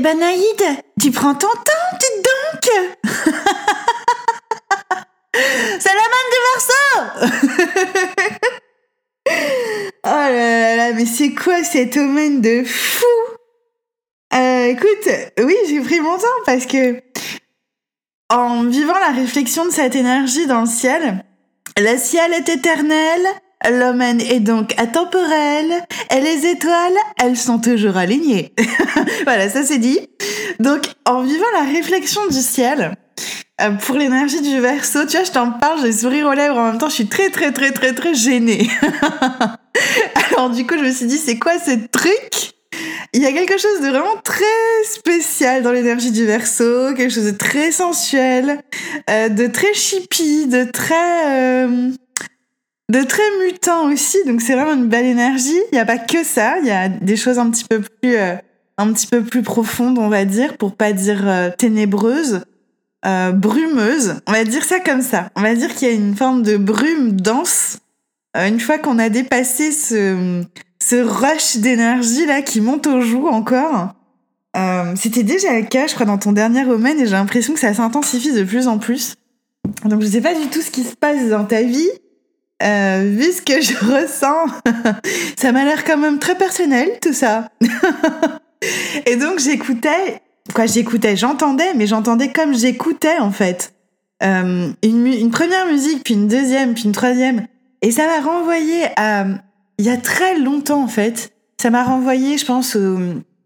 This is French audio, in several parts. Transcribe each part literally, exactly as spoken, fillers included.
ben Naïd, tu prends ton temps, dis donc. C'est la manne du Verseau. Oh là là là, mais c'est quoi cet omen de fou? euh, Écoute, oui, j'ai pris mon temps parce que en vivant la réflexion de cette énergie dans le ciel, le ciel est éternel, l'omen est donc atemporel, et les étoiles, elles sont toujours alignées. Voilà, ça c'est dit. Donc, en vivant la réflexion du ciel, euh, pour l'énergie du Verseau, tu vois, je t'en parle, j'ai le sourire aux lèvres, en même temps, je suis très, très, très, très, très gênée. Alors, du coup, je me suis dit, c'est quoi ce truc? Il y a quelque chose de vraiment très spécial dans l'énergie du Verseau, quelque chose de très sensuel, euh, de très chippy, de très... Euh, de très mutant aussi, donc c'est vraiment une belle énergie. Il n'y a pas que ça, il y a des choses un petit peu plus, euh, un petit peu plus profondes, on va dire, pour pas dire euh, ténébreuses, euh, brumeuses. On va dire ça comme ça. On va dire qu'il y a une forme de brume dense. Euh, une fois qu'on a dépassé ce, ce rush d'énergie là qui monte aux joues encore. Euh, c'était déjà le cas, je crois, dans ton dernier omen, et j'ai l'impression que ça s'intensifie de plus en plus. Donc je sais pas du tout ce qui se passe dans ta vie. Euh, vu ce que je ressens, ça m'a l'air quand même très personnel, tout ça. Et donc, j'écoutais, quoi, j'écoutais, j'entendais, mais j'entendais comme j'écoutais, en fait. Euh, une, une première musique, puis une deuxième, puis une troisième. Et ça m'a renvoyé à, il y a très longtemps, en fait. Ça m'a renvoyé, je pense, au,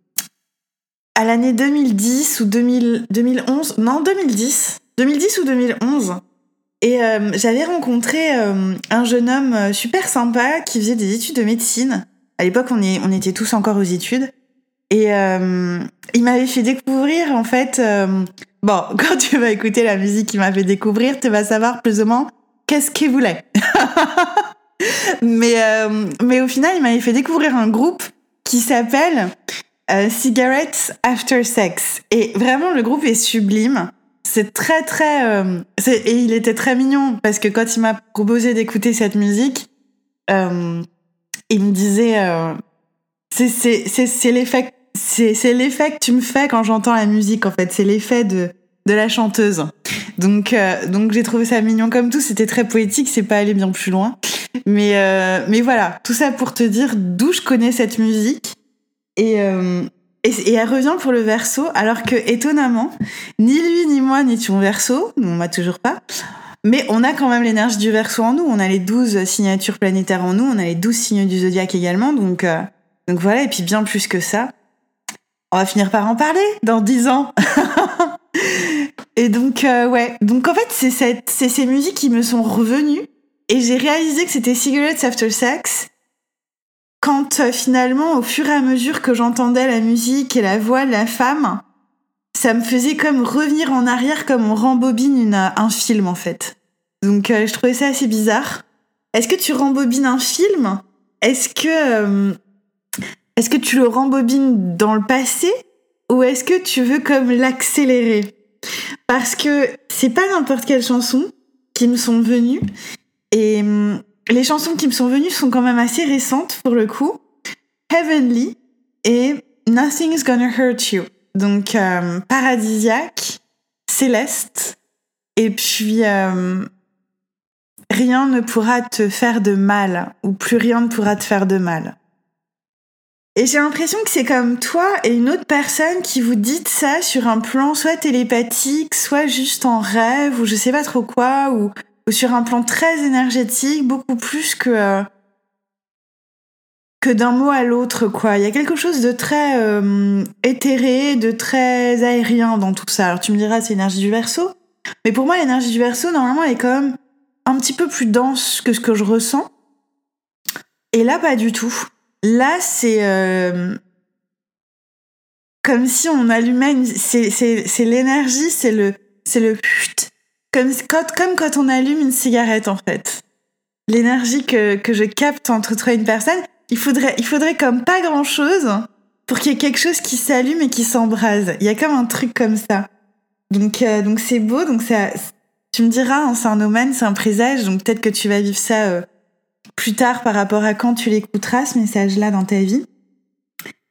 à l'année deux mille dix ou deux mille, deux mille onze. Non, deux mille dix. deux mille dix ou deux mille onze. Et euh, j'avais rencontré euh, un jeune homme euh, super sympa qui faisait des études de médecine. À l'époque, on, est, on était tous encore aux études. Et euh, il m'avait fait découvrir, en fait... Euh, bon, quand tu vas écouter la musique qu'il m'a fait découvrir, tu vas savoir plus ou moins qu'est-ce qu'il voulait. mais, euh, mais au final, il m'avait fait découvrir un groupe qui s'appelle euh, Cigarettes After Sex. Et vraiment, le groupe est sublime. C'est très très euh, c'est, et il était très mignon parce que quand il m'a proposé d'écouter cette musique, euh, il me disait euh, c'est c'est c'est c'est l'effet c'est c'est l'effet que tu me fais quand j'entends la musique, en fait, c'est l'effet de de la chanteuse. Donc euh, donc j'ai trouvé ça mignon comme tout, c'était très poétique, c'est pas allé bien plus loin. Mais euh, mais voilà, tout ça pour te dire d'où je connais cette musique. Et euh, Et, et elle revient pour le Verseau, alors que, étonnamment, ni lui ni moi n'étions Verseau, on m'a toujours pas, mais on a quand même l'énergie du Verseau en nous, on a les douze signatures planétaires en nous, on a les douze signes du zodiaque également, donc, euh, donc voilà, et puis bien plus que ça. On va finir par en parler dans dix ans. Et donc, euh, ouais, donc en fait, c'est, cette, c'est ces musiques qui me sont revenues, et j'ai réalisé que c'était Cigarettes After Sex, quand euh, finalement, au fur et à mesure que j'entendais la musique et la voix de la femme, ça me faisait comme revenir en arrière, comme on rembobine une, un film, en fait. Donc euh, je trouvais ça assez bizarre. Est-ce que tu rembobines un film ? Est-ce que, euh, est-ce que tu le rembobines dans le passé ? Ou est-ce que tu veux comme l'accélérer ? Parce que c'est pas n'importe quelle chanson qui me sont venues. Et... les chansons qui me sont venues sont quand même assez récentes pour le coup. Heavenly et Nothing's Gonna Hurt You. Donc euh, paradisiaque, céleste, et puis euh, rien ne pourra te faire de mal, ou plus rien ne pourra te faire de mal. Et j'ai l'impression que c'est comme toi et une autre personne qui vous dites ça sur un plan soit télépathique, soit juste en rêve, ou je sais pas trop quoi, ou ou sur un plan très énergétique, beaucoup plus que euh, que d'un mot à l'autre, quoi. Il y a quelque chose de très euh, éthéré, de très aérien dans tout ça. Alors tu me diras, c'est l'énergie du Verseau, mais pour moi, l'énergie du Verseau, normalement, elle est quand même un petit peu plus dense que ce que je ressens. Et là, pas du tout. Là, c'est euh, comme si on allumait une... c'est c'est c'est l'énergie, c'est le c'est le Comme quand, comme quand on allume une cigarette, en fait. L'énergie que, que je capte entre toi et une personne, il faudrait, il faudrait comme pas grand-chose pour qu'il y ait quelque chose qui s'allume et qui s'embrase. Il y a comme un truc comme ça. Donc, euh, donc c'est beau. Donc ça, tu me diras, hein, c'est un omen, c'est un présage. Donc peut-être que tu vas vivre ça euh, plus tard par rapport à quand tu l'écouteras, ce message-là, dans ta vie.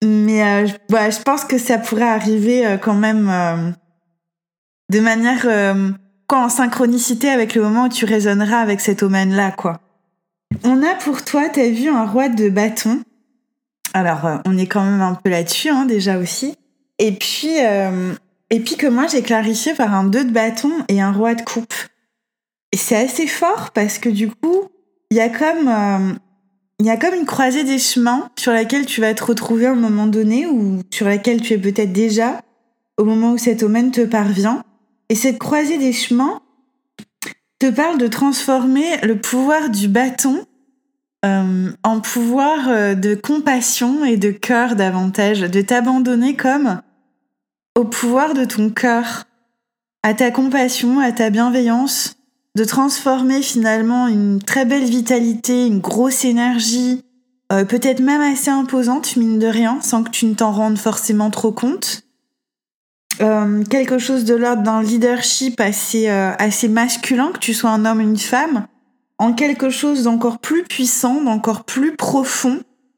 Mais euh, je, bah, je pense que ça pourrait arriver euh, quand même euh, de manière euh, quoi, en synchronicité avec le moment où tu résonneras avec cet omen-là, quoi. On a pour toi, t'as vu, un roi de bâton. Alors, euh, on est quand même un peu là-dessus, hein, déjà aussi. Et puis, euh, et puis que moi, j'ai clarifié par un deux de bâton et un roi de coupe. Et c'est assez fort parce que du coup, il y a comme... euh, il y a comme une croisée des chemins sur laquelle tu vas te retrouver à un moment donné ou sur laquelle tu es peut-être déjà au moment où cet omen te parvient. Et cette croisée des chemins te parle de transformer le pouvoir du bâton euh, en pouvoir euh, de compassion et de cœur davantage, de t'abandonner comme au pouvoir de ton cœur, à ta compassion, à ta bienveillance, de transformer finalement une très belle vitalité, une grosse énergie, euh, peut-être même assez imposante, mine de rien, sans que tu ne t'en rendes forcément trop compte. Euh, quelque chose de l'ordre d'un leadership assez, euh, assez masculin, que tu sois un homme ou une femme, en quelque chose d'encore plus puissant, d'encore plus profond,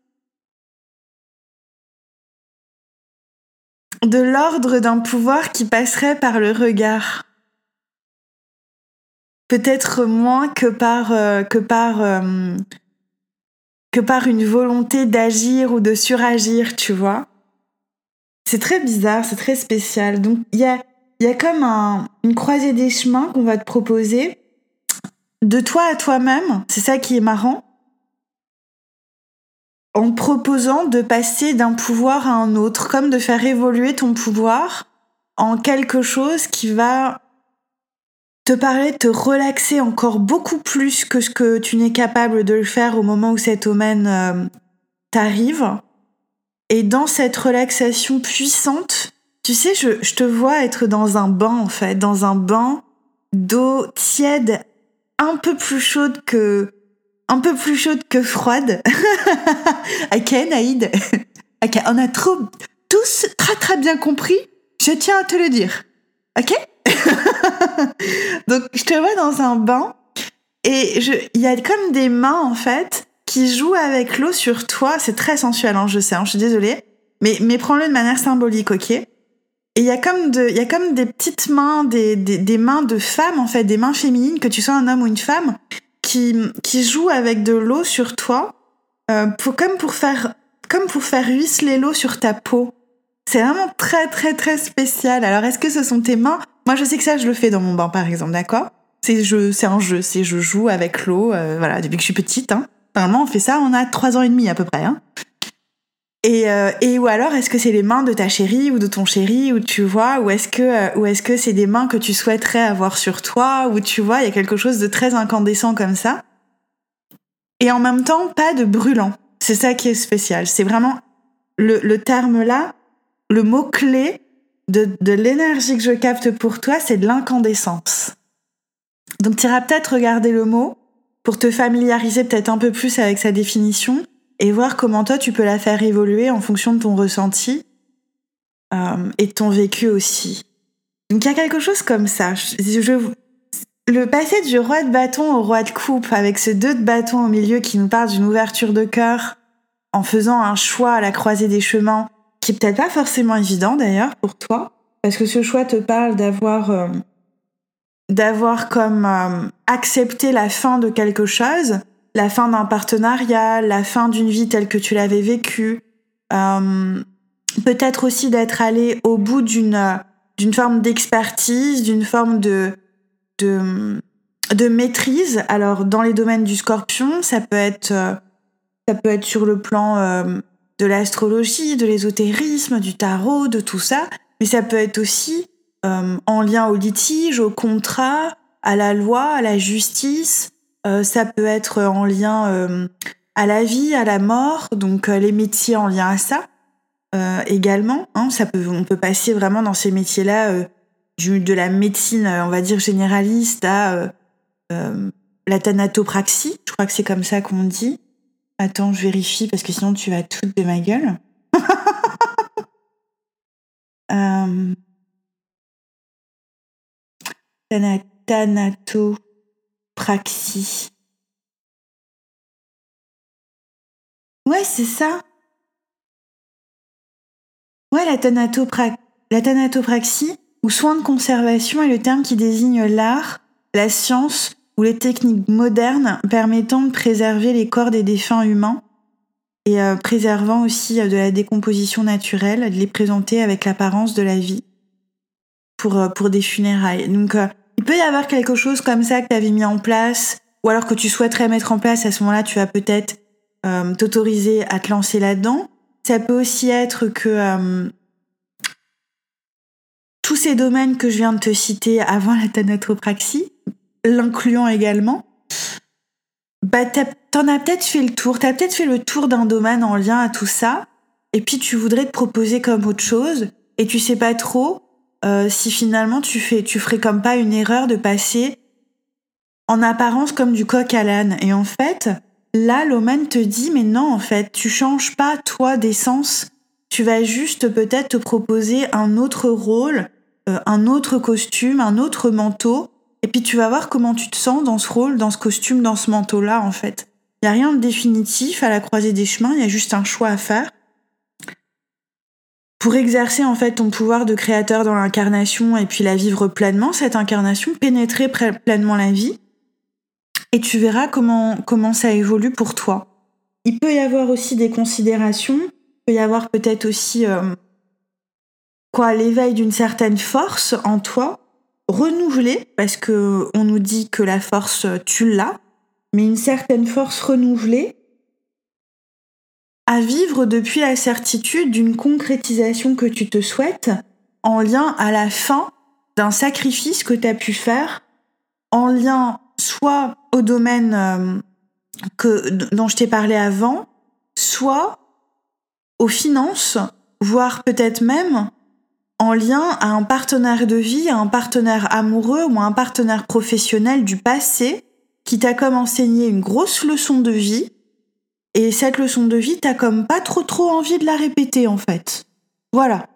de l'ordre d'un pouvoir qui passerait par le regard. Peut-être moins que par, euh, que par, euh, que par une volonté d'agir ou de suragir, tu vois. C'est très bizarre, c'est très spécial. Donc, il y a, il y a comme un, une croisée des chemins qu'on va te proposer, de toi à toi-même, c'est ça qui est marrant, en te proposant de passer d'un pouvoir à un autre, comme de faire évoluer ton pouvoir en quelque chose qui va te permet de te relaxer encore beaucoup plus que ce que tu n'es capable de le faire au moment où cet omen euh, t'arrive. Et dans cette relaxation puissante, tu sais, je, je te vois être dans un bain, en fait, dans un bain d'eau tiède, un peu plus chaude que, un peu plus chaude que froide. Ok, Naïd. Ok, on a trop, tous très très bien compris. Je tiens à te le dire. Ok? Donc, je te vois dans un bain et je, il y a comme des mains, en fait, qui jouent avec l'eau sur toi. C'est très sensuel, hein, je sais, hein, je suis désolée. Mais, mais prends-le de manière symbolique, ok? Et il y a comme de, il y a comme des petites mains, des, des, des mains de femmes, en fait, des mains féminines, que tu sois un homme ou une femme, qui, qui jouent avec de l'eau sur toi, euh, pour, comme pour faire, comme pour faire ruisseler l'eau sur ta peau. C'est vraiment très, très, très spécial. Alors, est-ce que ce sont tes mains? Moi, je sais que ça, je le fais dans mon bain, par exemple, d'accord? C'est, je, c'est un jeu, c'est je joue avec l'eau, euh, voilà, depuis que je suis petite, hein. Vraiment, on fait ça, on a trois ans et demi à peu près, hein. Et, euh, et ou alors, est-ce que c'est les mains de ta chérie ou de ton chéri, ou tu vois, ou est-ce que, euh, ou est-ce que c'est des mains que tu souhaiterais avoir sur toi, ou tu vois, il y a quelque chose de très incandescent comme ça. Et en même temps, pas de brûlant. C'est ça qui est spécial. C'est vraiment le, le terme là, le mot-clé de, de l'énergie que je capte pour toi, c'est de l'incandescence. Donc, tu iras peut-être regarder le mot pour te familiariser peut-être un peu plus avec sa définition et voir comment toi, tu peux la faire évoluer en fonction de ton ressenti euh, et de ton vécu aussi. Donc, il y a quelque chose comme ça. Je, je, le passé du roi de bâton au roi de coupe, avec ce deux de bâton au milieu qui nous parle d'une ouverture de cœur, en faisant un choix à la croisée des chemins, qui est peut-être pas forcément évident d'ailleurs pour toi, parce que ce choix te parle d'avoir... Euh, d'avoir comme euh, accepté la fin de quelque chose, la fin d'un partenariat, la fin d'une vie telle que tu l'avais vécue, euh, peut-être aussi d'être allé au bout d'une euh, d'une forme d'expertise, d'une forme de de de maîtrise. Alors dans les domaines du Scorpion, ça peut être euh, ça peut être sur le plan euh, de l'astrologie, de l'ésotérisme, du tarot, de tout ça, mais ça peut être aussi euh, en lien au litige, au contrat, à la loi, à la justice. Euh, ça peut être en lien euh, à la vie, à la mort, donc euh, les métiers en lien à ça euh, également. Hein, ça peut, on peut passer vraiment dans ces métiers-là euh, du, de la médecine, on va dire généraliste, à euh, euh, la thanatopraxie. Je crois que c'est comme ça qu'on dit. Attends, je vérifie parce que sinon tu vas te foutre de ma gueule. euh, tana- Thanatopraxie. Ouais, c'est ça. Ouais, la, thanatopra- la thanatopraxie, ou soin de conservation, est le terme qui désigne l'art, la science ou les techniques modernes permettant de préserver les corps des défunts humains et euh, préservant aussi euh, de la décomposition naturelle, de les présenter avec l'apparence de la vie pour, euh, pour des funérailles. Donc, euh, il peut y avoir quelque chose comme ça que tu avais mis en place, ou alors que tu souhaiterais mettre en place. À ce moment-là, tu vas peut-être euh, t'autoriser à te lancer là-dedans. Ça peut aussi être que euh, tous ces domaines que je viens de te citer avant la thanatopraxie, l'incluant également, bah t'as, t'en as peut-être fait le tour. T'as peut-être fait le tour d'un domaine en lien à tout ça, et puis tu voudrais te proposer comme autre chose, et tu sais pas trop euh, si finalement tu fais, tu ferais comme pas une erreur de passer en apparence comme du coq à l'âne. Et en fait, là, l'Oman te dit, mais non, en fait, tu changes pas, toi, d'essence. Tu vas juste peut-être te proposer un autre rôle, euh, un autre costume, un autre manteau. Et puis tu vas voir comment tu te sens dans ce rôle, dans ce costume, dans ce manteau-là, en fait. Il n'y a rien de définitif à la croisée des chemins, il y a juste un choix à faire. Pour exercer en fait ton pouvoir de créateur dans l'incarnation et puis la vivre pleinement, cette incarnation, pénétrer pleinement la vie, et tu verras comment, comment ça évolue pour toi. Il peut y avoir aussi des considérations, il peut y avoir peut-être aussi euh, quoi, l'éveil d'une certaine force en toi, renouvelée, parce que on nous dit que la force, tu l'as, mais une certaine force renouvelée à vivre depuis la certitude d'une concrétisation que tu te souhaites en lien à la fin d'un sacrifice que tu as pu faire, en lien soit au domaine euh, que, dont je t'ai parlé avant, soit aux finances, voire peut-être même en lien à un partenaire de vie, à un partenaire amoureux ou à un partenaire professionnel du passé qui t'a comme enseigné une grosse leçon de vie, et cette leçon de vie, t'as comme pas trop trop envie de la répéter en fait. Voilà.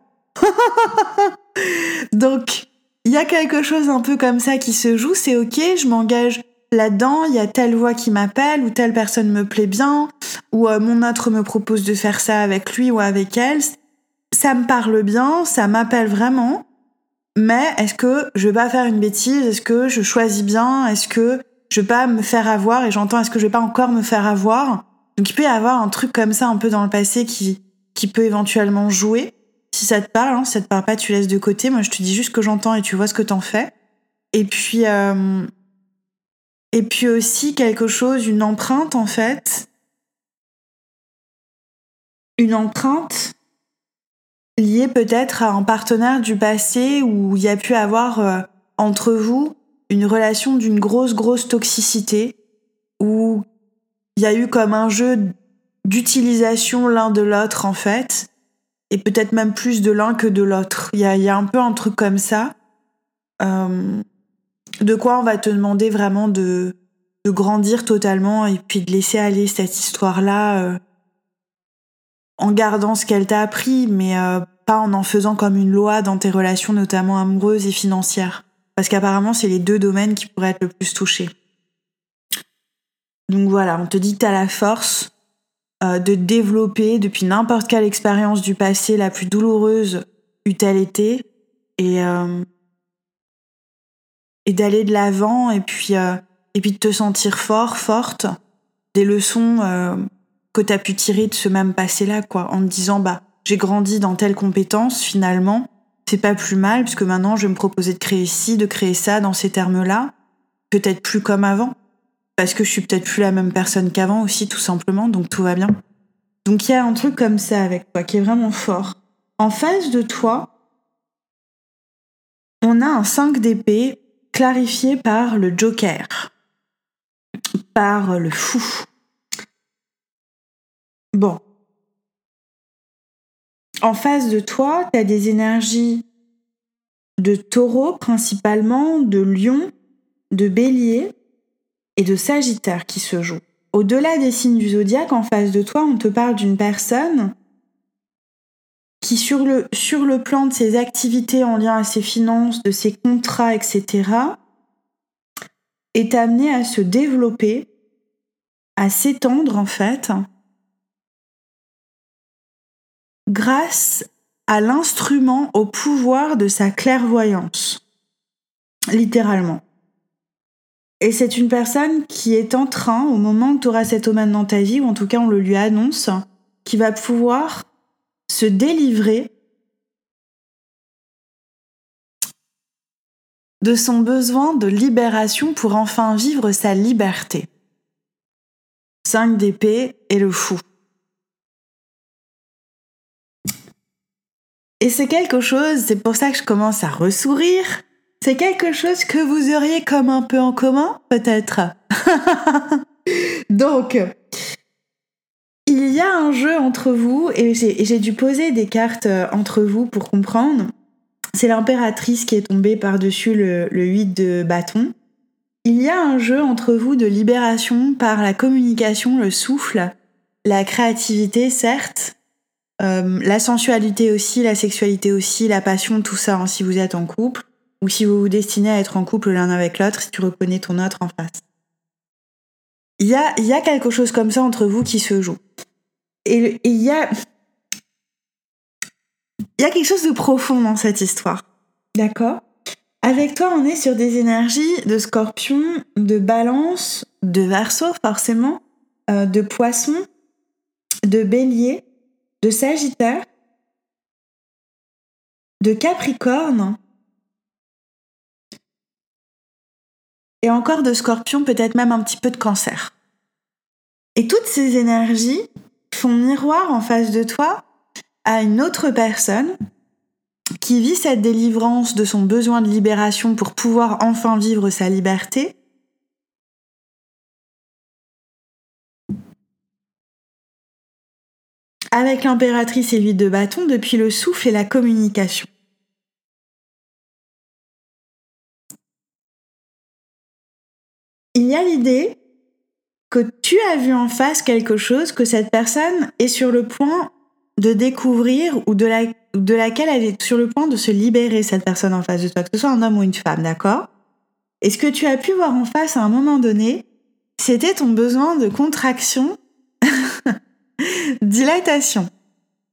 Donc, il y a quelque chose un peu comme ça qui se joue, c'est ok, je m'engage là-dedans, il y a telle voix qui m'appelle, ou telle personne me plaît bien, ou euh, mon autre me propose de faire ça avec lui ou avec elle. Ça me parle bien, ça m'appelle vraiment, mais est-ce que je vais pas faire une bêtise? Est-ce que je choisis bien? Est-ce que je vais pas me faire avoir? Et j'entends, est-ce que je vais pas encore me faire avoir? Donc il peut y avoir un truc comme ça un peu dans le passé qui, qui peut éventuellement jouer. Si ça te parle, hein, si ça te parle pas, tu laisses de côté. Moi, je te dis juste que j'entends et tu vois ce que t'en fais. Et puis, euh, et puis aussi quelque chose, une empreinte en fait. Une empreinte liée peut-être à un partenaire du passé où il y a pu avoir euh, entre vous une relation d'une grosse, grosse toxicité, où il y a eu comme un jeu d'utilisation l'un de l'autre en fait, et peut-être même plus de l'un que de l'autre. Il y a, il y a un peu un truc comme ça, euh, de quoi on va te demander vraiment de, de grandir totalement et puis de laisser aller cette histoire-là euh, en gardant ce qu'elle t'a appris, mais euh, pas en en faisant comme une loi dans tes relations, notamment amoureuses et financières. Parce qu'apparemment, c'est les deux domaines qui pourraient être le plus touchés. Donc voilà, on te dit que t'as la force euh, de développer depuis n'importe quelle expérience du passé, la plus douloureuse eût-elle été, et, euh, et d'aller de l'avant, et puis, euh, et puis de te sentir fort, forte, des leçons euh, que t'as pu tirer de ce même passé-là, quoi, en te disant, bah, j'ai grandi dans telle compétence, finalement, c'est pas plus mal, puisque maintenant, je vais me proposer de créer ci, de créer ça, dans ces termes-là, peut-être plus comme avant, parce que je suis peut-être plus la même personne qu'avant aussi, tout simplement, donc tout va bien. Donc il y a un truc comme ça avec toi, qui est vraiment fort. En face de toi, on a un cinq d'épée clarifié par le Joker, par le fou. Bon. En face de toi, tu as des énergies de taureau principalement, de lion, de bélier et de sagittaire qui se jouent. Au-delà des signes du zodiaque, en face de toi, on te parle d'une personne qui, sur le, sur le plan de ses activités en lien à ses finances, de ses contrats, et cetera, est amenée à se développer, à s'étendre en fait, grâce à l'instrument, au pouvoir de sa clairvoyance. Littéralement. Et c'est une personne qui est en train, au moment où tu auras cet omen dans ta vie, ou en tout cas on le lui annonce, qui va pouvoir se délivrer de son besoin de libération pour enfin vivre sa liberté. cinq d'épée et le fou. Et c'est quelque chose, c'est pour ça que je commence à ressourire, c'est quelque chose que vous auriez comme un peu en commun, peut-être. Donc, il y a un jeu entre vous, et j'ai, et j'ai dû poser des cartes entre vous pour comprendre. C'est l'impératrice qui est tombée par-dessus le, le huit de bâton. Il y a un jeu entre vous de libération par la communication, le souffle, la créativité, certes, euh, la sensualité aussi, la sexualité aussi, la passion, tout ça, hein, si vous êtes en couple, ou si vous vous destinez à être en couple l'un avec l'autre, si tu reconnais ton autre en face. Il y a, il y a quelque chose comme ça entre vous qui se joue. Et il y a... Il y a quelque chose de profond dans cette histoire. D'accord ? Avec toi, on est sur des énergies de scorpion, de balance, de verseau forcément, euh, de poisson, de bélier, de sagittaire, de capricorne, et encore de scorpion, peut-être même un petit peu de cancer. Et toutes ces énergies font miroir en face de toi à une autre personne qui vit cette délivrance de son besoin de libération pour pouvoir enfin vivre sa liberté. Avec l'impératrice et l'huile de bâton, depuis le souffle et la communication. Il y a l'idée que tu as vu en face quelque chose que cette personne est sur le point de découvrir ou de, la, de laquelle elle est sur le point de se libérer, cette personne en face de toi, que ce soit un homme ou une femme, d'accord ? Et ce que tu as pu voir en face à un moment donné, c'était ton besoin de contraction, dilatation, d'accord ?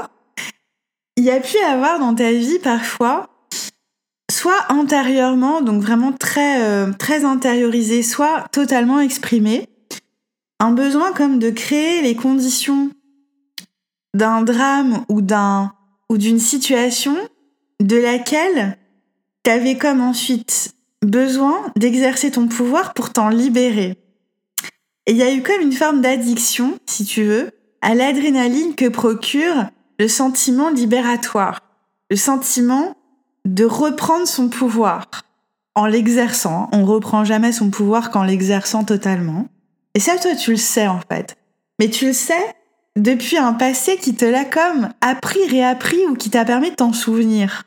Il y a pu avoir dans ta vie parfois, soit intérieurement, donc vraiment très, euh, très intériorisé, soit totalement exprimé, un besoin comme de créer les conditions d'un drame ou, d'un, ou d'une situation de laquelle tu avais comme ensuite besoin d'exercer ton pouvoir pour t'en libérer. Et il y a eu comme une forme d'addiction, si tu veux, à l'adrénaline que procure le sentiment libératoire, le sentiment de reprendre son pouvoir en l'exerçant. On reprend jamais son pouvoir qu'en l'exerçant totalement. Et ça, toi, tu le sais en fait. Mais tu le sais depuis un passé qui te l'a comme appris, réappris ou qui t'a permis de t'en souvenir.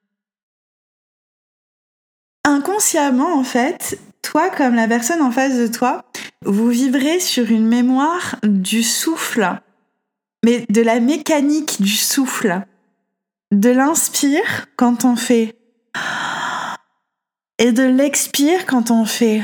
Inconsciemment, en fait, toi comme la personne en face de toi, vous vibrez sur une mémoire du souffle, mais de la mécanique du souffle. De l'inspire quand on fait et de l'expire quand on fait.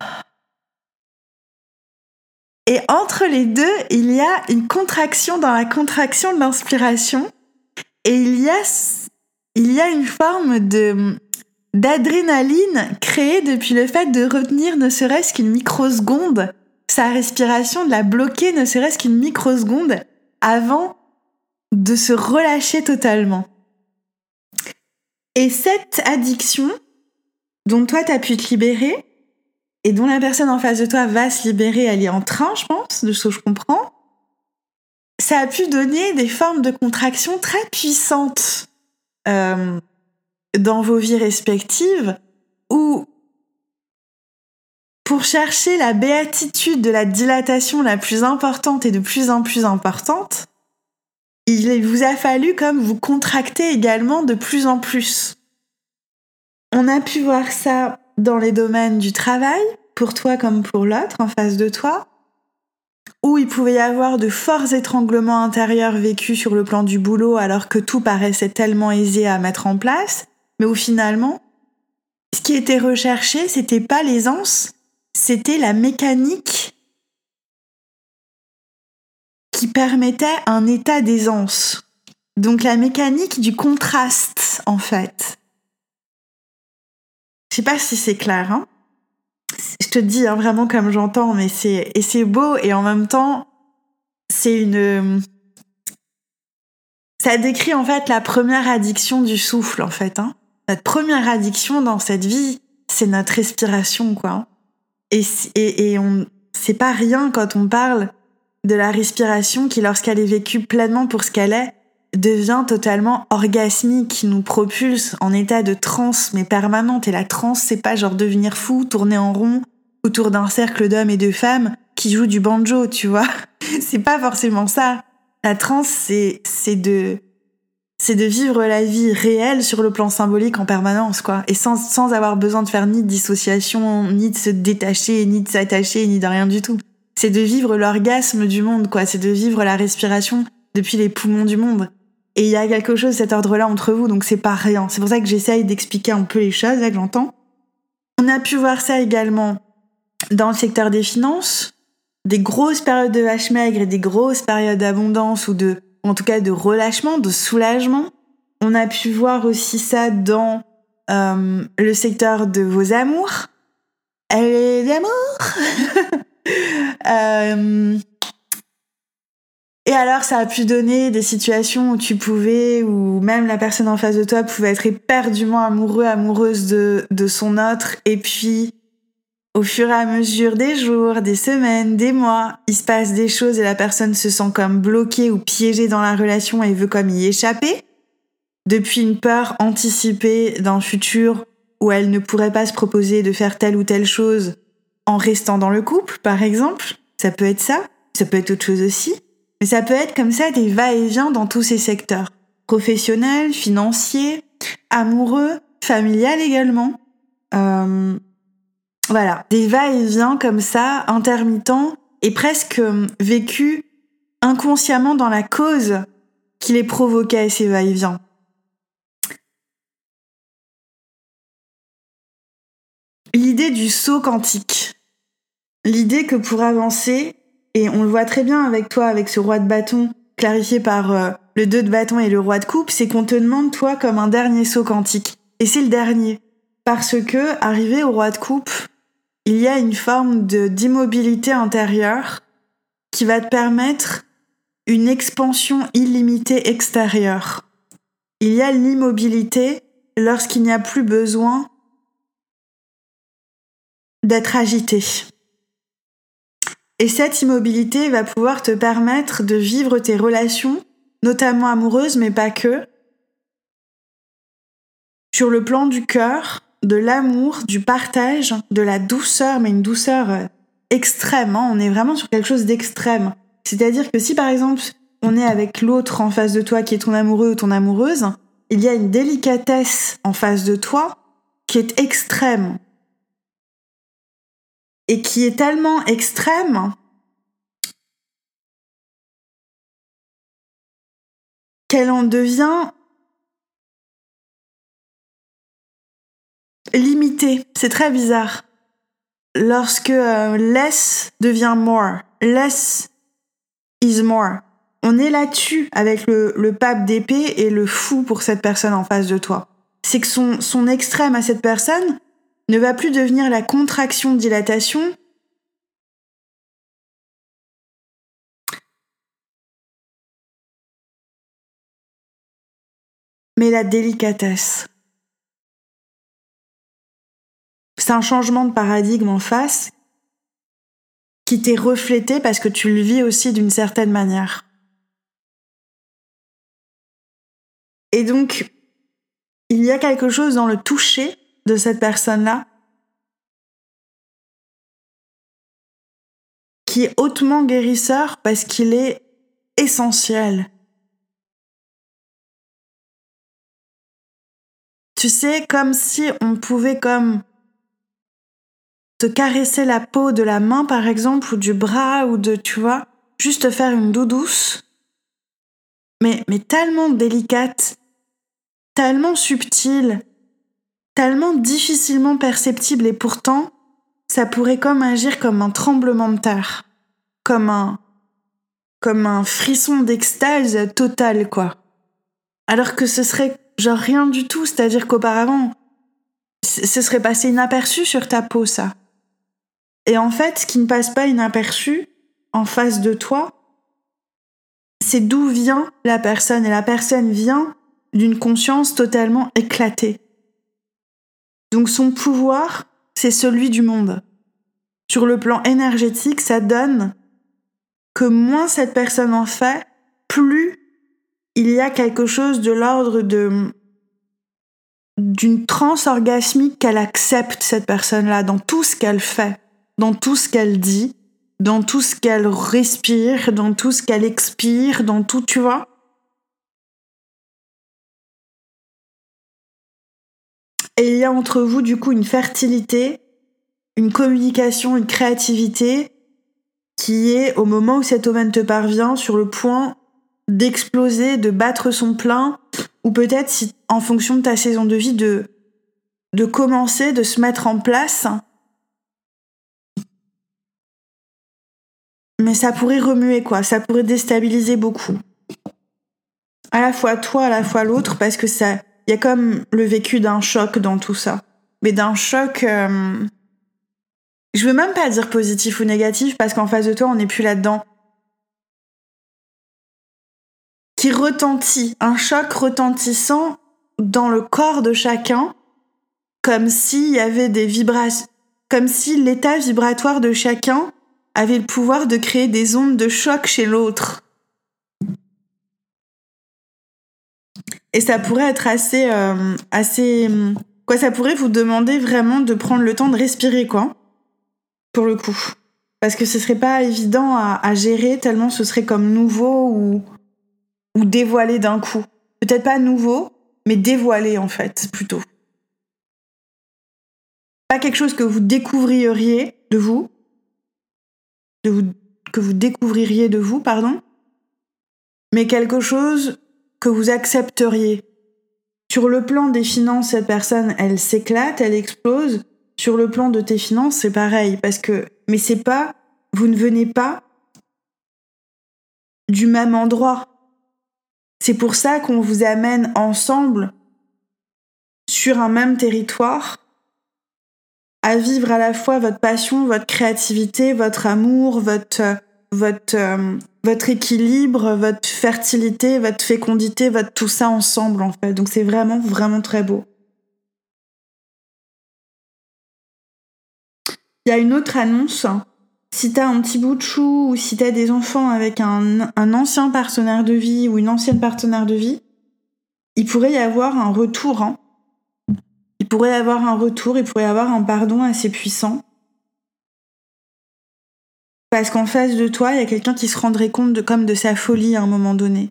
Et entre les deux, il y a une contraction dans la contraction de l'inspiration et il y a, il y a une forme de, d'adrénaline créée depuis le fait de retenir ne serait-ce qu'une microseconde sa respiration, de la bloquer ne serait-ce qu'une microseconde avant de se relâcher totalement. Et cette addiction dont toi t'as pu te libérer et dont la personne en face de toi va se libérer, elle est en train, je pense, de ce que je comprends, ça a pu donner des formes de contraction très puissantes euh, dans vos vies respectives où, pour chercher la béatitude de la dilatation la plus importante et de plus en plus importante, il vous a fallu comme vous contracter également de plus en plus. On a pu voir ça dans les domaines du travail, pour toi comme pour l'autre, en face de toi, où il pouvait y avoir de forts étranglements intérieurs vécus sur le plan du boulot alors que tout paraissait tellement aisé à mettre en place, mais où finalement, ce qui était recherché, c'était pas l'aisance, c'était la mécanique qui permettait un état d'aisance. Donc la mécanique du contraste, en fait. Je sais pas si c'est clair, hein. Je te dis hein, vraiment comme j'entends, mais c'est et c'est beau et en même temps, c'est une. Ça décrit en fait la première addiction du souffle, en fait. Hein. Notre première addiction dans cette vie, c'est notre respiration, quoi. Et et, et on, c'est pas rien quand on parle de la respiration qui, lorsqu'elle est vécue pleinement pour ce qu'elle est, devient totalement orgasmique, qui nous propulse en état de transe, mais permanente. Et la transe, c'est pas genre devenir fou, tourner en rond autour d'un cercle d'hommes et de femmes qui jouent du banjo, tu vois. C'est pas forcément ça. La transe, c'est, c'est de, c'est de vivre la vie réelle sur le plan symbolique en permanence, quoi. Et sans, sans avoir besoin de faire ni de dissociation, ni de se détacher, ni de s'attacher, ni de rien du tout. C'est de vivre l'orgasme du monde, quoi. C'est de vivre la respiration depuis les poumons du monde. Et il y a quelque chose de cet ordre-là entre vous, donc c'est pas rien. C'est pour ça que j'essaye d'expliquer un peu les choses, là que j'entends. On a pu voir ça également dans le secteur des finances, des grosses périodes de vache maigre et des grosses périodes d'abondance ou de, ou en tout cas de relâchement, de soulagement. On a pu voir aussi ça dans euh, le secteur de vos amours. Elle d'amour. euh, Et alors, ça a pu donner des situations où tu pouvais, où même la personne en face de toi pouvait être éperdument amoureux, amoureuse de, de son autre. Et puis, au fur et à mesure des jours, des semaines, des mois, il se passe des choses et la personne se sent comme bloquée ou piégée dans la relation et veut comme y échapper. Depuis une peur anticipée d'un futur où elle ne pourrait pas se proposer de faire telle ou telle chose en restant dans le couple, par exemple. Ça peut être ça. Ça peut être autre chose aussi. Mais ça peut être comme ça des va-et-vient dans tous ces secteurs. Professionnel, financier, amoureux, familial également. Euh, voilà, des va-et-vient comme ça, intermittents, et presque vécus inconsciemment dans la cause qui les provoquait, ces va-et-vient. L'idée du saut quantique. L'idée que pour avancer, et on le voit très bien avec toi, avec ce roi de bâton, clarifié par euh, le deux de bâton et le roi de coupe, c'est qu'on te demande, toi, comme un dernier saut quantique. Et c'est le dernier. Parce que, arrivé au roi de coupe, il y a une forme de, d'immobilité intérieure qui va te permettre une expansion illimitée extérieure. Il y a l'immobilité lorsqu'il n'y a plus besoin d'être agité. Et cette immobilité va pouvoir te permettre de vivre tes relations, notamment amoureuses, mais pas que, sur le plan du cœur, de l'amour, du partage, de la douceur, mais une douceur extrême. Hein, on est vraiment sur quelque chose d'extrême. C'est-à-dire que si, par exemple, on est avec l'autre en face de toi qui est ton amoureux ou ton amoureuse, il y a une délicatesse en face de toi qui est extrême. Et qui est tellement extrême qu'elle en devient limitée. C'est très bizarre. Lorsque euh, less devient more, less is more. On est là-dessus avec le, le pape d'épée et le fou pour cette personne en face de toi. C'est que son, son extrême à cette personne ne va plus devenir la contraction-dilatation, mais la délicatesse. C'est un changement de paradigme en face qui t'est reflété parce que tu le vis aussi d'une certaine manière. Et donc, il y a quelque chose dans le toucher de cette personne-là qui est hautement guérisseur parce qu'il est essentiel. Tu sais, comme si on pouvait comme te caresser la peau de la main, par exemple, ou du bras, ou de, tu vois, juste te faire une doudouce, mais, mais tellement délicate, tellement subtile, tellement difficilement perceptible, et pourtant, ça pourrait comme agir comme un tremblement de terre, comme un, comme un frisson d'extase totale, quoi. Alors que ce serait genre rien du tout, c'est-à-dire qu'auparavant, ce serait passé inaperçu sur ta peau, ça. Et en fait, ce qui ne passe pas inaperçu en face de toi, c'est d'où vient la personne. Et la personne vient d'une conscience totalement éclatée. Donc son pouvoir, c'est celui du monde. Sur le plan énergétique, ça donne que moins cette personne en fait, plus il y a quelque chose de l'ordre de d'une transe orgasmique qu'elle accepte, cette personne-là, dans tout ce qu'elle fait, dans tout ce qu'elle dit, dans tout ce qu'elle respire, dans tout ce qu'elle expire, dans tout, tu vois. Et il y a entre vous, du coup, une fertilité, une communication, une créativité qui est, au moment où cet omen te parvient, sur le point d'exploser, de battre son plein, ou peut-être, si, en fonction de ta saison de vie, de, de commencer, de se mettre en place. Mais ça pourrait remuer, quoi. Ça pourrait déstabiliser beaucoup. À la fois toi, à la fois l'autre, parce que ça, il y a comme le vécu d'un choc dans tout ça. Mais d'un choc... Euh, je veux même pas dire positif ou négatif, parce qu'en face de toi, on n'est plus là-dedans. Qui retentit. Un choc retentissant dans le corps de chacun, comme s'il y avait des vibrations... Comme si l'état vibratoire de chacun avait le pouvoir de créer des ondes de choc chez l'autre. Et ça pourrait être assez... Euh, assez quoi, ça pourrait vous demander vraiment de prendre le temps de respirer, quoi. Pour le coup. Parce que ce serait pas évident à, à gérer, tellement ce serait comme nouveau ou, ou dévoilé d'un coup. Peut-être pas nouveau, mais dévoilé, en fait, plutôt. Pas quelque chose que vous découvririez de vous, de vous que vous découvririez de vous, pardon, mais quelque chose que vous accepteriez. Sur le plan des finances, cette personne, elle s'éclate, elle explose. Sur le plan de tes finances, c'est pareil, parce que, mais c'est pas, vous ne venez pas du même endroit. C'est pour ça qu'on vous amène ensemble sur un même territoire à vivre à la fois votre passion, votre créativité, votre amour, votre, votre, euh, votre équilibre, votre fertilité, votre fécondité, votre tout ça ensemble, en fait. Donc c'est vraiment, vraiment très beau. Il y a une autre annonce. Si t'as un petit bout de chou ou si t'as des enfants avec un, un ancien partenaire de vie ou une ancienne partenaire de vie, il pourrait y avoir un retour, hein. Il pourrait y avoir un retour, il pourrait y avoir un pardon assez puissant. Parce qu'en face de toi, il y a quelqu'un qui se rendrait compte de, comme de sa folie à un moment donné.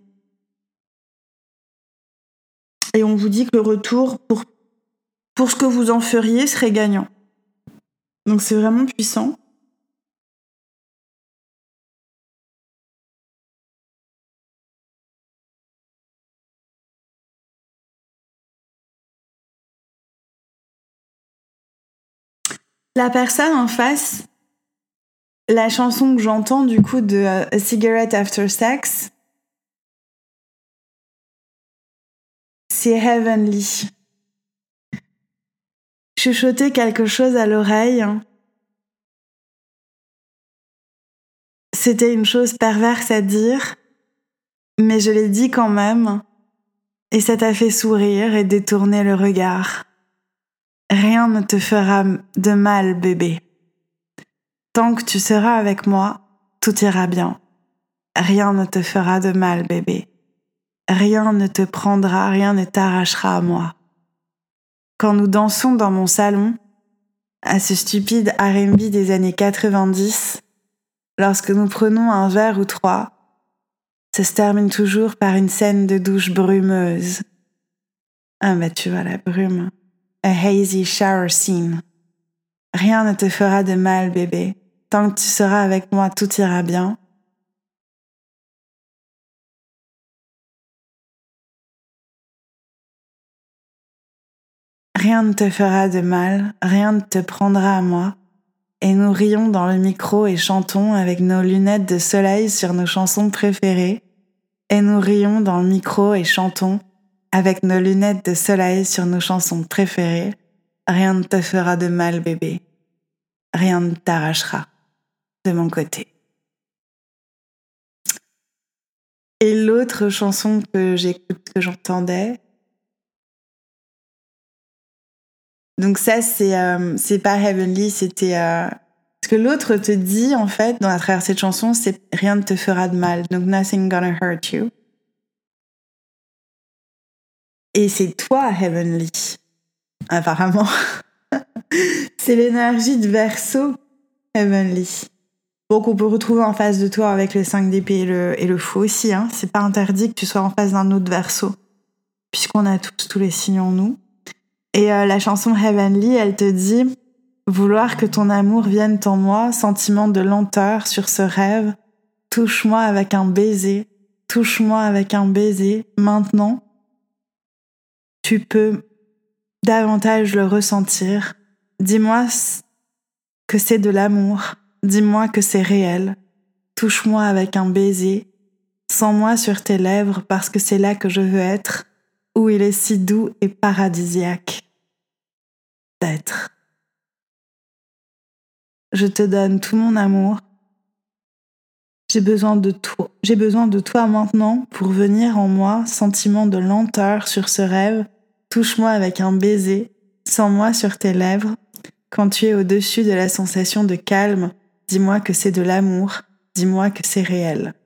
Et on vous dit que le retour, pour, pour ce que vous en feriez, serait gagnant. Donc c'est vraiment puissant. La personne en face, la chanson que j'entends du coup de uh, A Cigarette After Sex, c'est Heavenly. Chuchoter quelque chose à l'oreille, c'était une chose perverse à dire, mais je l'ai dit quand même, et ça t'a fait sourire et détourner le regard. Rien ne te fera de mal, bébé. Tant que tu seras avec moi, tout ira bien. Rien ne te fera de mal, bébé. Rien ne te prendra, rien ne t'arrachera à moi. Quand nous dansons dans mon salon, à ce stupide R and B des années quatre-vingt-dix, lorsque nous prenons un verre ou trois, ça se termine toujours par une scène de douche brumeuse. Ah bah tu vois la brume. A hazy shower scene. Rien ne te fera de mal, bébé. Tant que tu seras avec moi, tout ira bien. Rien ne te fera de mal, rien ne te prendra à moi. Et nous rions dans le micro et chantons avec nos lunettes de soleil sur nos chansons préférées. Et nous rions dans le micro et chantons avec nos lunettes de soleil sur nos chansons préférées. Rien ne te fera de mal, bébé. Rien ne t'arrachera de mon côté. Et l'autre chanson que j'écoute, que j'entendais, donc ça, c'est, euh, c'est pas Heavenly, c'était... Euh, parce que l'autre te dit, en fait, dans, à travers cette chanson, c'est « Rien ne te fera de mal », donc « Nothing gonna hurt you ». Et c'est toi, Heavenly, apparemment. C'est l'énergie de Verseau, Heavenly. Bon, qu'on peut retrouver en face de toi avec les cinq d'épée et le, et le fou aussi. Hein. C'est pas interdit que tu sois en face d'un autre Verseau, puisqu'on a tous, tous les signes en nous. Et euh, la chanson Heavenly, elle te dit « Vouloir que ton amour vienne en moi, sentiment de lenteur sur ce rêve, touche-moi avec un baiser, touche-moi avec un baiser, maintenant. Tu peux davantage le ressentir. Dis-moi que c'est de l'amour, dis-moi que c'est réel. Touche-moi avec un baiser, sens-moi sur tes lèvres parce que c'est là que je veux être, où il est si doux et paradisiaque d'être. Je te donne tout mon amour. J'ai besoin de toi. J'ai besoin de toi maintenant pour venir en moi, sentiment de lenteur sur ce rêve. Touche-moi avec un baiser, sens-moi sur tes lèvres. Quand tu es au-dessus de la sensation de calme, dis-moi que c'est de l'amour, dis-moi que c'est réel.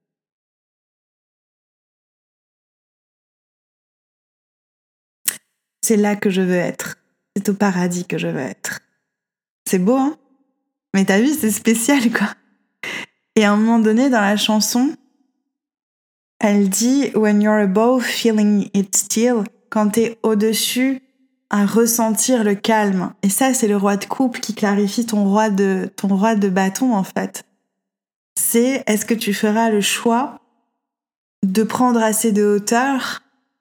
C'est là que je veux être. C'est au paradis que je veux être. C'est beau, hein? Mais t'as vu, c'est spécial, quoi. Et à un moment donné, dans la chanson, elle dit « When you're above, feeling it still », quand t'es au-dessus, à ressentir le calme. Et ça, c'est le roi de coupe qui clarifie ton roi de, ton roi de bâton, en fait. C'est, est-ce que tu feras le choix de prendre assez de hauteur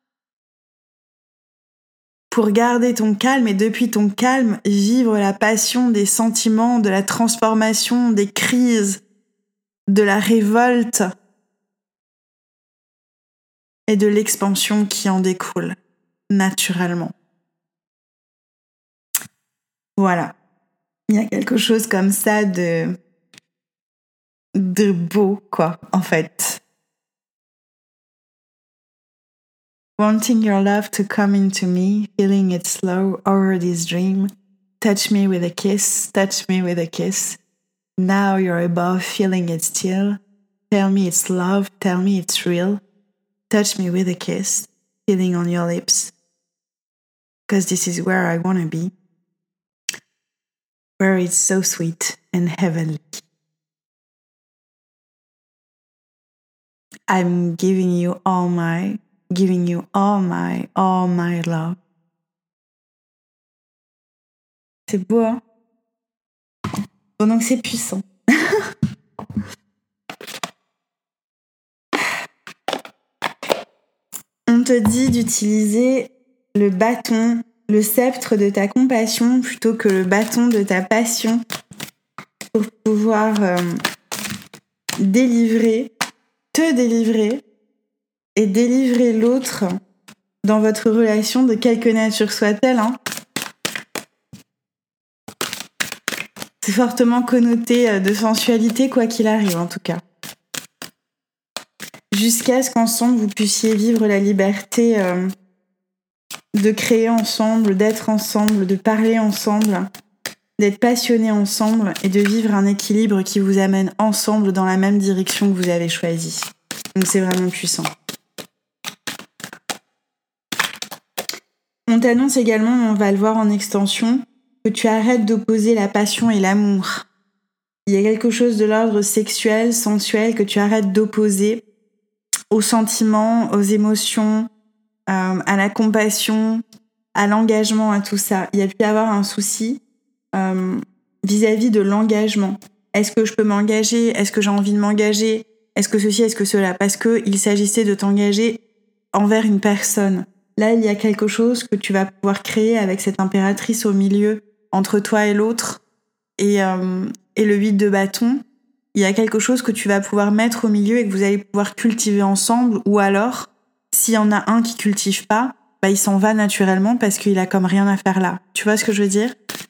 pour garder ton calme et depuis ton calme, vivre la passion des sentiments, de la transformation, des crises, de la révolte et de l'expansion qui en découle, naturellement. Voilà. Il y a quelque chose comme ça de, de beau, quoi, en fait. Wanting your love to come into me, feeling it slow over this dream. Touch me with a kiss, touch me with a kiss. Now you're above, feeling it still. Tell me it's love, tell me it's real. Touch me with a kiss, feeling on your lips. Cause this is where I wanna be. Where it's so sweet and heavenly. I'm giving you all my, giving you all my, all my love. C'est beau, hein? Bon, donc c'est puissant. On te dit d'utiliser le bâton, le sceptre de ta compassion plutôt que le bâton de ta passion pour pouvoir euh, délivrer, te délivrer et délivrer l'autre dans votre relation de quelque nature soit-elle. Hein. C'est fortement connoté de sensualité, quoi qu'il arrive en tout cas. Jusqu'à ce qu'ensemble vous puissiez vivre la liberté euh, de créer ensemble, d'être ensemble, de parler ensemble, d'être passionnés ensemble et de vivre un équilibre qui vous amène ensemble dans la même direction que vous avez choisie. Donc c'est vraiment puissant. On t'annonce également, on va le voir en extension, que tu arrêtes d'opposer la passion et l'amour. Il y a quelque chose de l'ordre sexuel, sensuel, que tu arrêtes d'opposer aux sentiments, aux émotions, euh, à la compassion, à l'engagement, à tout ça. Il y a pu y avoir un souci euh, vis-à-vis de l'engagement. Est-ce que je peux m'engager ? Est-ce que j'ai envie de m'engager ? Est-ce que ceci ? Est-ce que cela ? Parce qu'il s'agissait de t'engager envers une personne. Là, il y a quelque chose que tu vas pouvoir créer avec cette impératrice au milieu, entre toi et l'autre, et, euh, et le huit de bâton. Il y a quelque chose que tu vas pouvoir mettre au milieu et que vous allez pouvoir cultiver ensemble, ou alors, s'il y en a un qui cultive pas, bah il s'en va naturellement parce qu'il a comme rien à faire là. Tu vois ce que je veux dire ?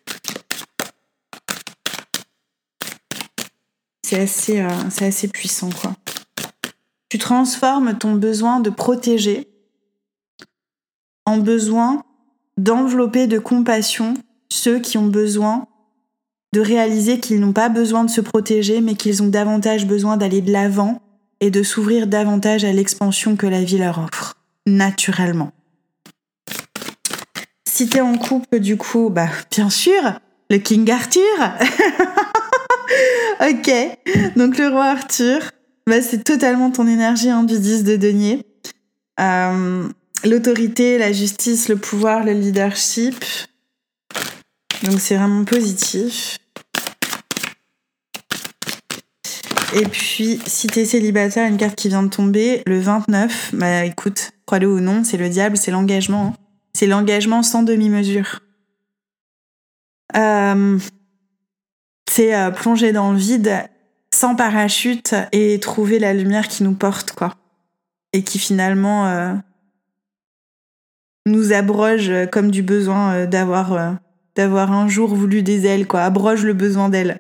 C'est assez, euh, c'est assez puissant, quoi. Tu transformes ton besoin de protéger en besoin d'envelopper de compassion ceux qui ont besoin de réaliser qu'ils n'ont pas besoin de se protéger, mais qu'ils ont davantage besoin d'aller de l'avant et de s'ouvrir davantage à l'expansion que la vie leur offre, naturellement. Si t'es en couple, du coup, bah, bien sûr, le King Arthur. Ok, donc le roi Arthur, bah, c'est totalement ton énergie, hein, du dix de denier. Euh, l'autorité, la justice, le pouvoir, le leadership. Donc c'est vraiment positif. Et puis, si t'es célibataire, une carte qui vient de tomber, le vingt-neuf, bah écoute, crois-le ou non, c'est le diable, c'est l'engagement. Hein. C'est l'engagement sans demi-mesure. Euh, c'est euh, plonger dans le vide sans parachute et trouver la lumière qui nous porte, quoi. Et qui finalement euh, nous abroge comme du besoin euh, d'avoir, euh, d'avoir un jour voulu des ailes, quoi. Abroge le besoin d'ailes.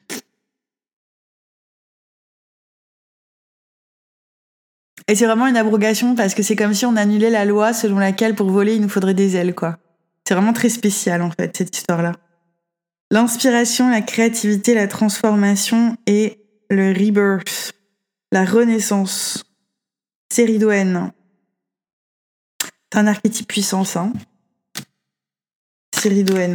Et c'est vraiment une abrogation parce que c'est comme si on annulait la loi selon laquelle pour voler il nous faudrait des ailes, quoi. C'est vraiment très spécial en fait, cette histoire-là. L'inspiration, la créativité, la transformation et le rebirth, la renaissance. C'est Ridoën. C'est un archétype puissant, ça. Hein. C'est Ridoën.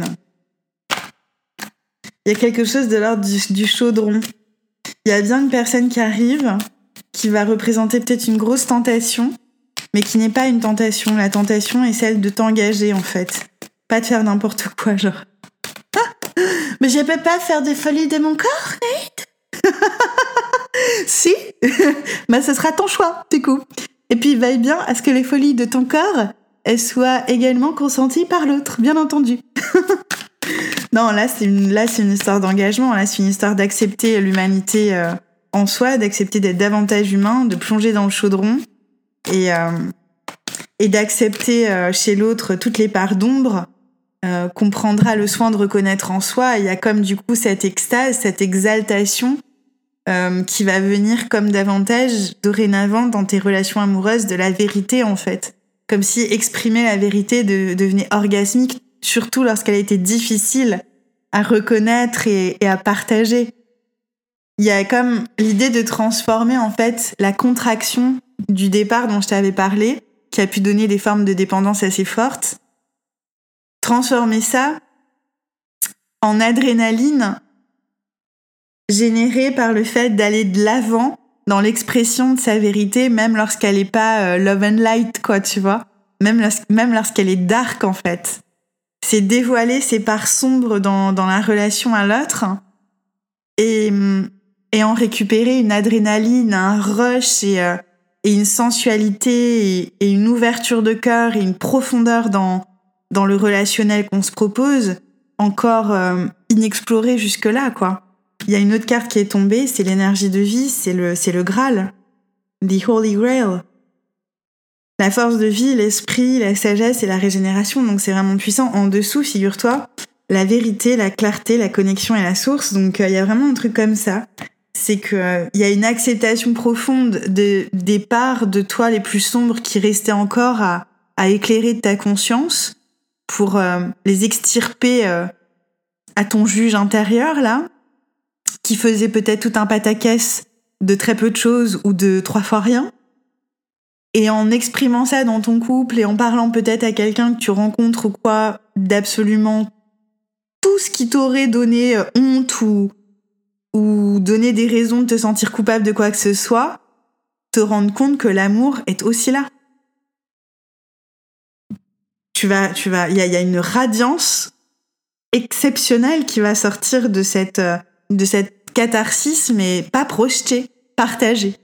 Il y a quelque chose de l'ordre du, du chaudron. Il y a bien une personne qui arrive, qui va représenter peut-être une grosse tentation, mais qui n'est pas une tentation. La tentation est celle de t'engager, en fait. Pas de faire n'importe quoi, genre. Ah, mais je peux pas faire des folies de mon corps, Nate. Si, bah ce sera ton choix, du coup. Et puis veille bien à ce que les folies de ton corps, elles soient également consenties par l'autre, bien entendu. Non, là c'est une, là c'est une histoire d'engagement. Là c'est une histoire d'accepter l'humanité euh, en soi, d'accepter d'être davantage humain, de plonger dans le chaudron et euh, et d'accepter euh, chez l'autre toutes les parts d'ombre euh, qu'on prendra le soin de reconnaître en soi. Il y a comme du coup cette extase, cette exaltation euh, qui va venir comme davantage dorénavant dans tes relations amoureuses de la vérité en fait. Comme si exprimer la vérité de, devenait orgasmique, surtout lorsqu'elle était difficile à reconnaître et, et à partager. Il y a comme l'idée de transformer en fait la contraction du départ dont je t'avais parlé, qui a pu donner des formes de dépendance assez fortes, transformer ça en adrénaline générée par le fait d'aller de l'avant dans l'expression de sa vérité, même lorsqu'elle est pas euh, love and light, quoi, tu vois. Même, lors, même lorsqu'elle est dark, en fait. C'est dévoiler ses parts sombres dans, dans la relation à l'autre et, et en récupérer une adrénaline, un rush et, euh, et une sensualité et, et une ouverture de cœur et une profondeur dans, dans le relationnel qu'on se propose, encore euh, inexplorée jusque-là, quoi. Il y a une autre carte qui est tombée, c'est l'énergie de vie, c'est le, c'est le Graal, the Holy Grail. La force de vie, l'esprit, la sagesse et la régénération, donc c'est vraiment puissant. En dessous, figure-toi, la vérité, la clarté, la connexion et la source, donc il euh, y a vraiment un truc comme ça. C'est qu'il euh, y a une acceptation profonde de, des parts de toi les plus sombres qui restaient encore à, à éclairer de ta conscience pour euh, les extirper euh, à ton juge intérieur, là, qui faisait peut-être tout un pataquès de très peu de choses ou de trois fois rien. Et en exprimant ça dans ton couple et en parlant peut-être à quelqu'un que tu rencontres ou quoi, d'absolument tout ce qui t'aurait donné honte ou, ou donné des raisons de te sentir coupable de quoi que ce soit, te rendre compte que l'amour est aussi là. Tu vas, tu vas, il y a, y a une radiance exceptionnelle qui va sortir de cette, de cette catharsis, mais pas projetée, partagée.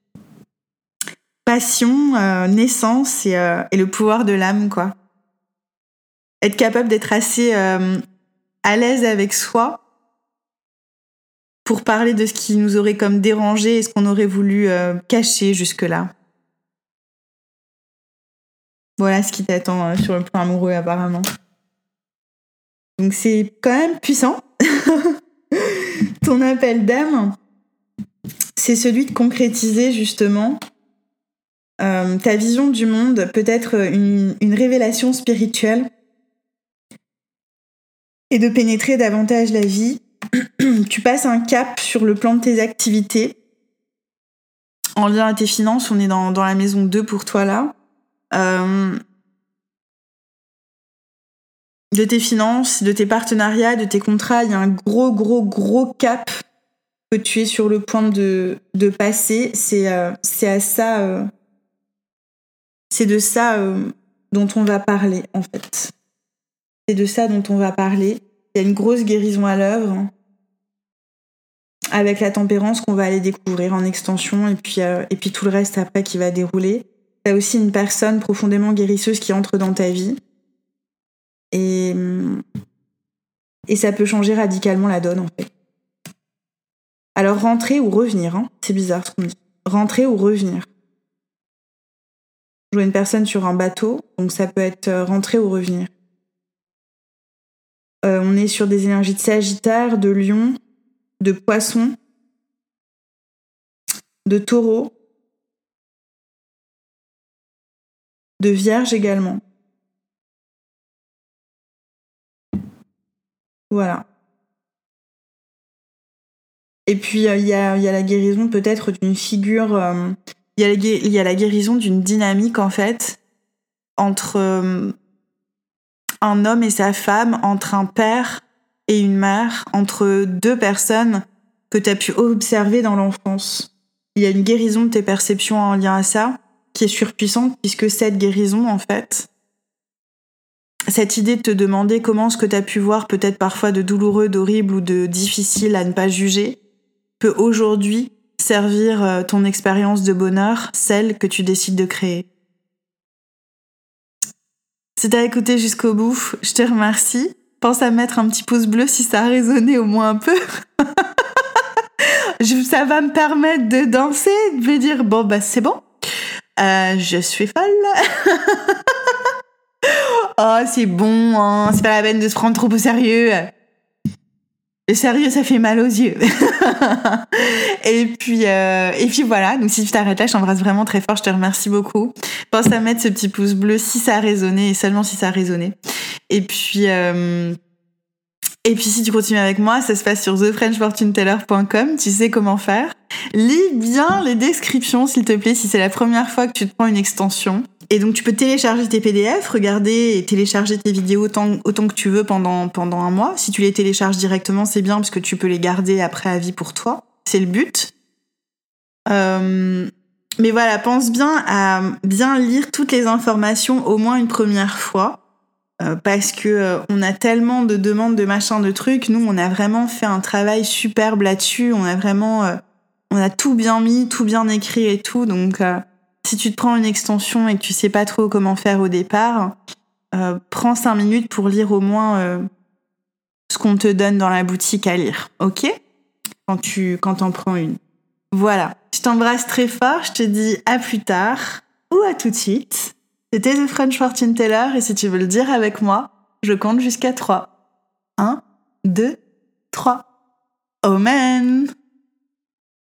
Passion, euh, naissance et, euh, et le pouvoir de l'âme, quoi. Être capable d'être assez euh, à l'aise avec soi pour parler de ce qui nous aurait comme dérangé et ce qu'on aurait voulu euh, cacher jusque-là. Voilà ce qui t'attend euh, sur le plan amoureux apparemment. Donc c'est quand même puissant. Ton appel d'âme, c'est celui de concrétiser justement euh, ta vision du monde, peut-être une, une révélation spirituelle, et de pénétrer davantage la vie. Tu passes un cap sur le plan de tes activités. En lien à tes finances, on est dans, dans la maison deux pour toi là. Euh, de tes finances, de tes partenariats, de tes contrats, il y a un gros, gros, gros cap que tu es sur le point de, de passer. C'est, euh, c'est à ça, euh, c'est de ça euh, dont on va parler en fait. C'est de ça dont on va parler. Il y a une grosse guérison à l'œuvre avec la tempérance qu'on va aller découvrir en extension et puis, euh, et puis tout le reste après qui va dérouler. Tu as aussi une personne profondément guérisseuse qui entre dans ta vie. Et, et ça peut changer radicalement la donne, en fait. Alors, rentrer ou revenir, hein, c'est bizarre ce qu'on dit. Rentrer ou revenir. Je vois une personne sur un bateau, donc ça peut être rentrer ou revenir. Euh, on est sur des énergies de Sagittaire, de Lion, de Poisson, de Taureau, de Vierge également. Voilà. Et puis, il euh, y, a, y a la guérison peut-être d'une figure... Il euh, y, y a la guérison d'une dynamique, en fait, entre euh, un homme et sa femme, entre un père et une mère, entre deux personnes que tu as pu observer dans l'enfance. Il y a une guérison de tes perceptions en lien à ça, qui est surpuissante, puisque cette guérison, en fait... Cette idée de te demander comment ce que tu as pu voir, peut-être parfois de douloureux, d'horrible ou de difficile à ne pas juger, peut aujourd'hui servir ton expérience de bonheur, celle que tu décides de créer. Si t'as écouté jusqu'au bout, je te remercie. Pense à mettre un petit pouce bleu si ça a résonné au moins un peu. Ça va me permettre de danser, de me dire, bon, bah c'est bon, euh, je suis folle. Oh, c'est bon, hein, c'est pas la peine de se prendre trop au sérieux. Le sérieux, ça fait mal aux yeux. et puis, euh, et puis voilà. Donc, si tu t'arrêtes là, je t'embrasse vraiment très fort. Je te remercie beaucoup. Pense à mettre ce petit pouce bleu si ça a résonné et seulement si ça a résonné. Et puis, euh, et puis si tu continues avec moi, ça se passe sur the french fortune teller point com. Tu sais comment faire. Lis bien les descriptions, s'il te plaît, si c'est la première fois que tu te prends une extension. Et donc, tu peux télécharger tes P D F, regarder et télécharger tes vidéos autant, autant que tu veux pendant, pendant un mois. Si tu les télécharges directement, c'est bien parce que tu peux les garder après à vie pour toi. C'est le but. Euh, mais voilà, pense bien à bien lire toutes les informations au moins une première fois. Euh, parce que euh, on a tellement de demandes, de machins, de trucs. Nous, on a vraiment fait un travail superbe là-dessus. On a vraiment... Euh, on a tout bien mis, tout bien écrit et tout. Donc... Euh, Si tu te prends une extension et que tu sais pas trop comment faire au départ, euh, prends cinq minutes pour lire au moins euh, ce qu'on te donne dans la boutique à lire, ok ? Quand tu quand t'en prends une. Voilà. Je t'embrasse très fort, je te dis à plus tard ou à tout de suite. C'était The French Fortune Teller et si tu veux le dire avec moi, je compte jusqu'à trois. un, deux, trois. Amen.